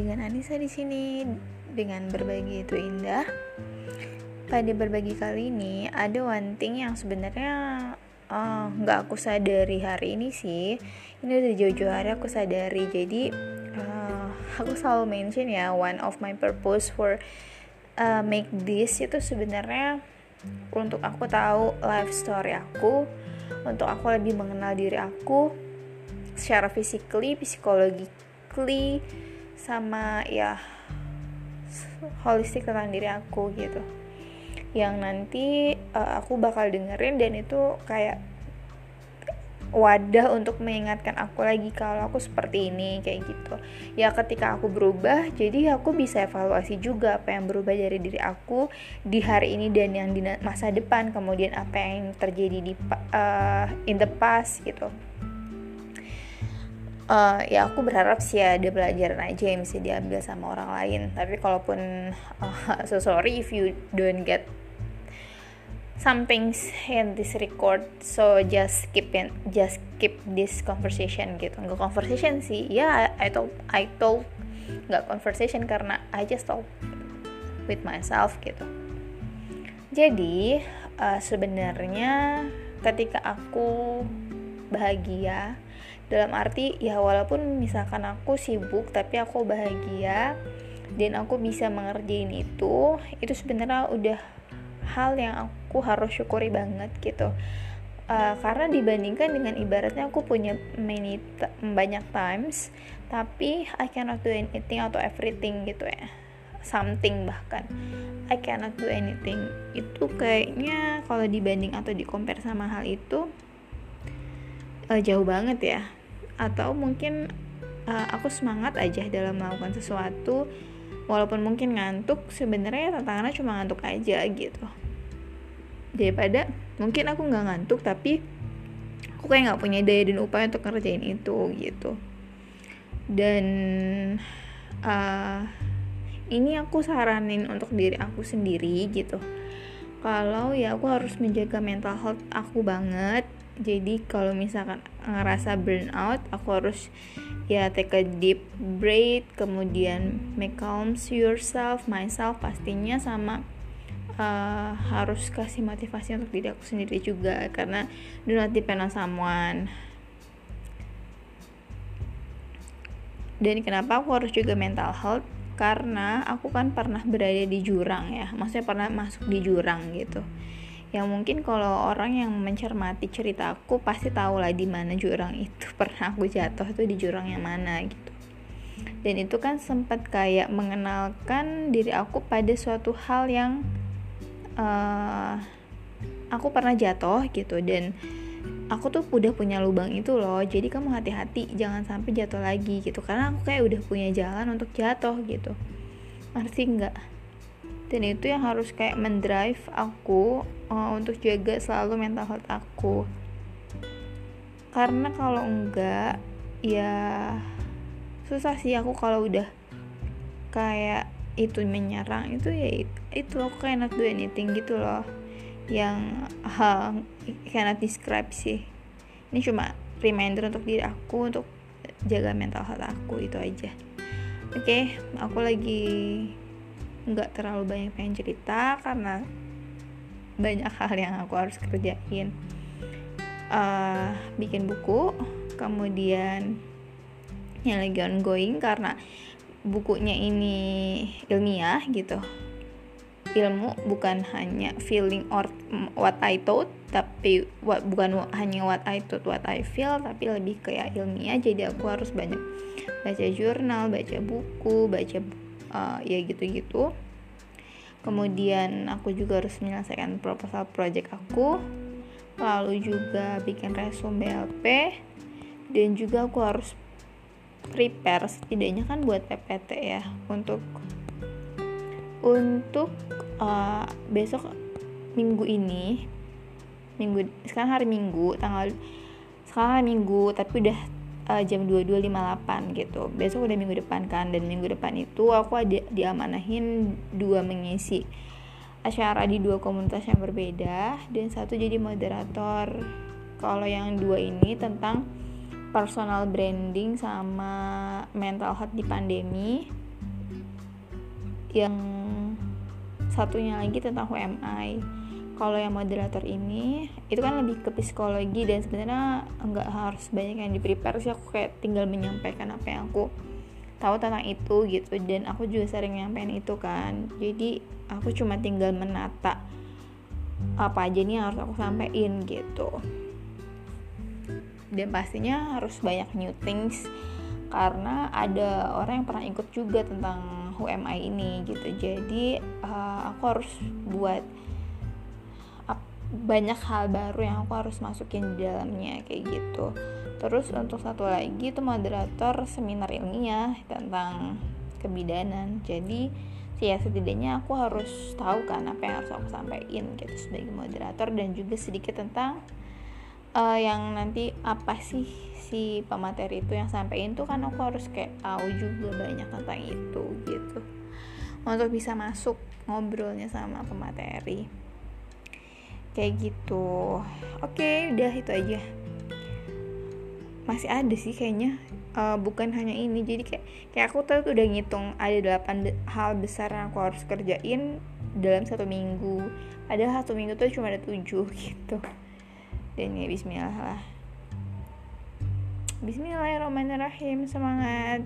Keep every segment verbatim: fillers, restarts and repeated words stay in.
dengan Anissa di sini dengan berbagi itu indah. Pada berbagi kali ini ada one thing yang sebenarnya uh, nggak aku sadari hari ini sih. Ini udah jauh-jauh hari aku sadari. Jadi uh, aku selalu mention ya, one of my purpose for uh, make this itu sebenarnya untuk aku tahu life story aku, untuk aku lebih mengenal diri aku secara physically, psychologically, sama ya holistik tentang diri aku gitu, yang nanti uh, aku bakal dengerin dan itu kayak wadah untuk mengingatkan aku lagi kalau aku seperti ini kayak gitu ya. Ketika aku berubah, jadi aku bisa evaluasi juga apa yang berubah dari diri aku di hari ini dan yang di masa depan, kemudian apa yang terjadi di uh, in the past gitu. Uh, ya aku berharap sih ada pelajaran aja yang bisa diambil sama orang lain. Tapi kalaupun uh, so sorry if you don't get something in this record, so just keep in, just keep this conversation gitu. Nggak conversation sih, ya I told I told nggak conversation karena I just talk with myself gitu. Jadi uh, sebenarnya ketika aku bahagia, dalam arti ya walaupun misalkan aku sibuk tapi aku bahagia dan aku bisa mengerjain itu, itu sebenarnya udah hal yang aku harus syukuri banget gitu. Uh, karena dibandingkan dengan ibaratnya aku punya many t- banyak times tapi I cannot do anything atau everything gitu ya, something bahkan I cannot do anything, itu kayaknya kalau dibanding atau di compare sama hal itu uh, jauh banget ya. Atau mungkin uh, aku semangat aja dalam melakukan sesuatu walaupun mungkin ngantuk, sebenarnya tantangannya cuma ngantuk aja gitu, daripada mungkin aku nggak ngantuk tapi aku kayak nggak punya daya dan upaya untuk ngerjain itu gitu. Dan uh, ini aku saranin untuk diri aku sendiri gitu, kalau ya aku harus menjaga mental health aku banget. Jadi kalau misalkan ngerasa burnout, aku harus ya take a deep breath, kemudian make calm yourself, myself pastinya, sama uh, harus kasih motivasi untuk diri aku sendiri juga, karena do not depend on someone. Dan kenapa aku harus juga mental health? Karena aku kan pernah berada di jurang ya, maksudnya pernah masuk di jurang gitu. Yang mungkin kalau orang yang mencermati cerita aku pasti tahu lah di mana jurang itu, pernah aku jatuh tuh di jurang yang mana gitu. Dan itu kan sempat kayak mengenalkan diri aku pada suatu hal yang uh, aku pernah jatuh gitu, dan aku tuh udah punya lubang itu loh. Jadi kamu hati-hati jangan sampai jatuh lagi gitu, karena aku kayak udah punya jalan untuk jatuh gitu, ngerti nggak? Dan itu yang harus kayak mendrive aku uh, untuk jaga selalu mental health aku. Karena kalau enggak ya susah sih aku kalau udah kayak itu menyerang itu ya itu, itu aku kayak not do anything gitu loh, yang uh, cannot describe sih. Ini cuma reminder untuk diri aku untuk jaga mental health aku, itu aja. Oke, okay, aku lagi nggak terlalu banyak pengen cerita karena banyak hal yang aku harus kerjain. Uh, bikin buku, kemudian yang lagi ongoing karena bukunya ini ilmiah gitu. Ilmu bukan hanya feeling or what I thought, tapi what, bukan hanya what I thought, what I feel, tapi lebih kayak ilmiah. Jadi aku harus banyak baca jurnal, baca buku, baca uh, ya gitu-gitu. Kemudian aku juga harus menyelesaikan proposal project aku, lalu juga bikin resume B L P, dan juga aku harus prepare setidaknya kan buat P P T ya, untuk untuk uh, besok minggu ini, minggu sekarang hari Minggu, tanggal sekarang hari Minggu tapi udah uh, jam dua puluh dua lima puluh delapan gitu. Besok udah minggu depan kan, dan minggu depan itu aku ada diamanahin dua mengisi acara di dua komunitas yang berbeda, dan satu jadi moderator. Kalau yang dua ini tentang personal branding sama mental health di pandemi, yang satunya lagi tentang Who Am I. Kalau yang moderator ini itu kan lebih ke psikologi, dan sebenarnya nggak harus banyak yang di prepare sih, aku kayak tinggal menyampaikan apa yang aku tahu tentang itu gitu, dan aku juga sering nyampein itu kan, jadi aku cuma tinggal menata apa aja nih yang harus aku sampein gitu. Dan pastinya harus banyak new things karena ada orang yang pernah ikut juga tentang Who Am I ini gitu, jadi uh, aku harus buat banyak hal baru yang aku harus masukin di dalamnya kayak gitu. Terus untuk satu lagi itu moderator seminar ilmiah tentang kebidanan, jadi ya setidaknya aku harus tahu kan apa yang harus aku sampaikan gitu sebagai moderator, dan juga sedikit tentang uh, yang nanti apa sih si pemateri itu yang sampaikan tuh kan, aku harus kayak tahu juga banyak tentang itu gitu untuk bisa masuk ngobrolnya sama pemateri kayak gitu. Oke, udah itu aja. Masih ada sih kayaknya, uh, bukan hanya ini. Jadi kayak kayak aku tuh udah ngitung ada delapan be- hal besar yang aku harus kerjain dalam satu minggu. Padahal satu minggu tuh cuma ada tujuh gitu. Dan ya bismillah lah. Bismillahirrahmanirrahim, semangat.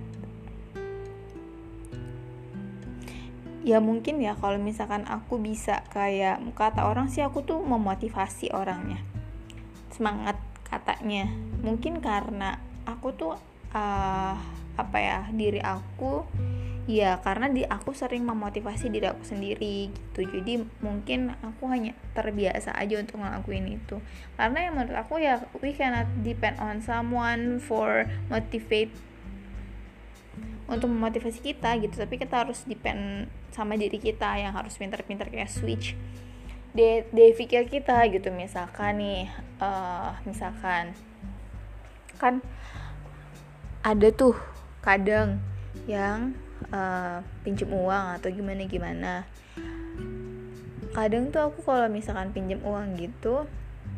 Ya mungkin ya kalau misalkan aku bisa kayak kata orang sih, aku tuh memotivasi orangnya, semangat katanya. Mungkin karena aku tuh uh, apa ya diri aku ya karena di aku sering memotivasi diri aku sendiri gitu, jadi mungkin aku hanya terbiasa aja untuk ngelakuin itu. Karena yang menurut aku ya we cannot depend on someone for motivate untuk memotivasi kita gitu, tapi kita harus depend sama diri kita yang harus pintar-pintar kayak switch de, de pikir kita gitu. Misalkan nih uh, misalkan kan ada tuh kadang yang uh, pinjem uang atau gimana-gimana. Kadang tuh aku kalau misalkan pinjem uang gitu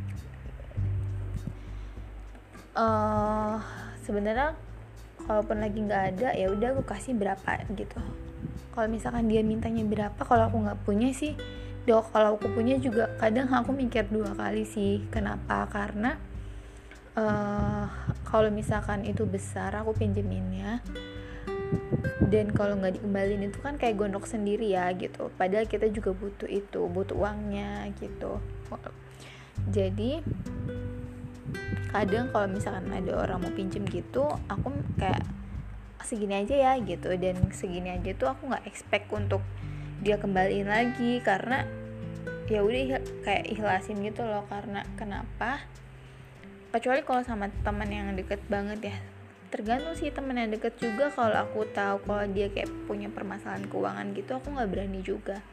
uh, sebenarnya kalaupun lagi nggak ada ya udah aku kasih berapa gitu. Kalau misalkan dia mintanya berapa, kalau aku nggak punya sih, do kalau aku punya juga kadang aku mikir dua kali sih. Kenapa? Karena uh, kalau misalkan itu besar aku pinjeminnya, dan kalau nggak dikembalin itu kan kayak gondok sendiri ya gitu. Padahal kita juga butuh itu, butuh uangnya gitu. Jadi kadang kalau misalkan ada orang mau pinjem gitu, aku kayak segini aja ya gitu, dan segini aja tuh aku nggak expect untuk dia kembaliin lagi, karena ya udah kayak ikhlasin gitu loh. Karena kenapa? Kecuali kalau sama teman yang deket banget ya, tergantung sih teman yang deket juga. Kalau aku tahu kalau dia kayak punya permasalahan keuangan gitu, aku nggak berani juga.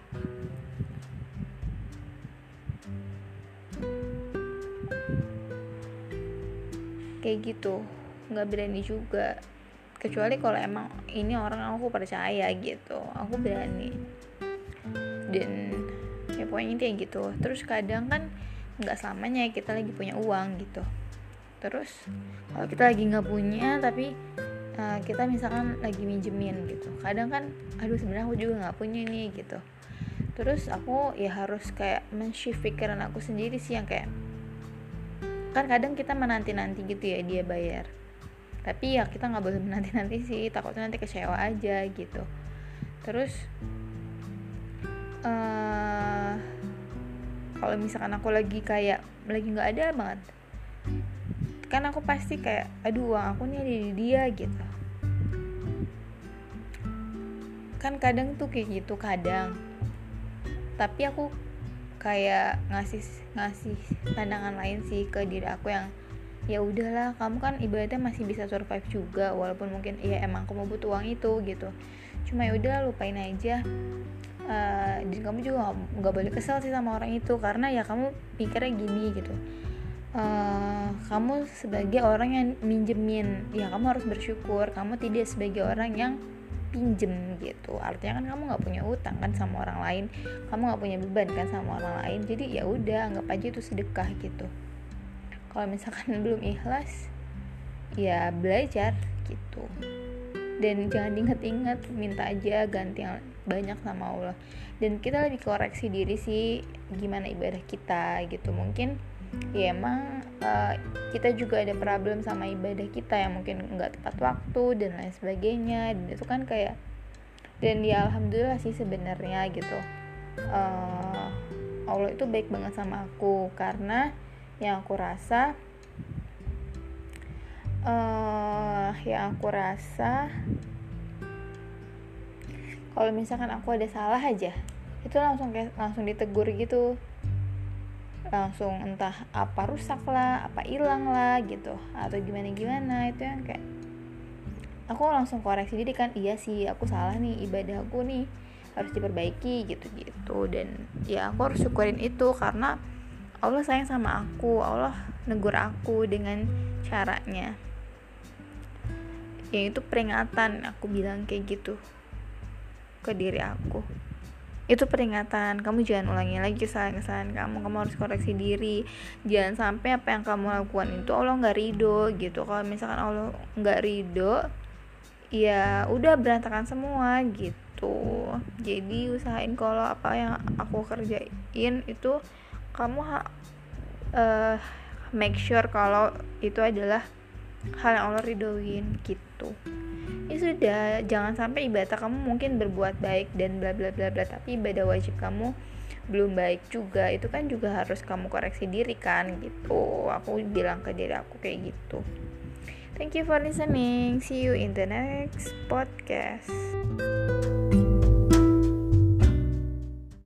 Kayak gitu, nggak berani juga. Kecuali kalau emang ini orang aku percaya gitu, aku berani. Dan ya pokoknya intinya gitu. Terus kadang kan nggak selamanya kita lagi punya uang gitu. Terus kalau kita lagi nggak punya tapi uh, kita misalkan lagi minjemin gitu, kadang kan aduh sebenarnya aku juga nggak punya nih gitu. Terus aku ya harus kayak men-shift pikiran aku sendiri sih, yang kayak kan kadang kita menanti-nanti gitu ya dia bayar, tapi ya kita nggak boleh menanti-nanti sih, takutnya nanti kecewa aja gitu. Terus uh, kalau misalkan aku lagi kayak lagi nggak ada banget, kan aku pasti kayak aduh uang aku nih ada di dia gitu. Kan kadang tuh kayak gitu kadang, tapi aku kayak ngasih ngasih pandangan lain sih ke diri aku yang ya udahlah, kamu kan ibaratnya masih bisa survive juga walaupun mungkin ya emang kamu butuh uang itu gitu. Cuma ya udah lupain aja. Uh, dan kamu juga nggak boleh kesel sih sama orang itu, karena ya kamu pikirnya gini gitu. Uh, kamu sebagai orang yang minjemin, ya kamu harus bersyukur. Kamu tidak sebagai orang yang pinjem gitu, artinya kan kamu nggak punya utang kan sama orang lain, kamu nggak punya beban kan sama orang lain. Jadi ya udah anggap aja itu sedekah gitu. Kalau misalkan belum ikhlas ya belajar gitu, dan jangan diinget-inget, minta aja ganti banyak sama Allah, dan kita lebih koreksi diri sih gimana ibadah kita gitu. Mungkin ya emang uh, kita juga ada problem sama ibadah kita yang mungkin nggak tepat waktu dan lain sebagainya, dan itu kan kayak, dan ya alhamdulillah sih sebenarnya gitu, uh, Allah itu baik banget sama aku, karena yang aku rasa uh, yang aku rasa kalau misalkan aku ada salah aja itu langsung kayak langsung ditegur gitu, langsung entah apa rusak lah, apa hilang lah gitu, atau gimana gimana, itu yang kayak aku langsung koreksi diri kan, iya sih aku salah nih, ibadah aku nih harus diperbaiki gitu-gitu. Dan ya aku harus syukurin itu karena Allah sayang sama aku, Allah negur aku dengan caranya, yaitu peringatan. Aku bilang kayak gitu ke diri aku, itu peringatan, kamu jangan ulangi lagi kesalahan-kesalahan kamu, kamu harus koreksi diri, jangan sampai apa yang kamu lakukan itu Allah nggak ridho gitu. Kalau misalkan Allah nggak ridho, ya udah berantakan semua gitu. Jadi usahain kalau apa yang aku kerjain itu kamu ha- uh, make sure kalau itu adalah hal yang Allah ridhoin gitu. Ya sudah, jangan sampai ibadah kamu mungkin berbuat baik dan bla bla bla bla, tapi ibadah wajib kamu belum baik juga, itu kan juga harus kamu koreksi diri kan gitu. Aku bilang ke diri aku kayak gitu. Thank you for listening. See you in the next podcast.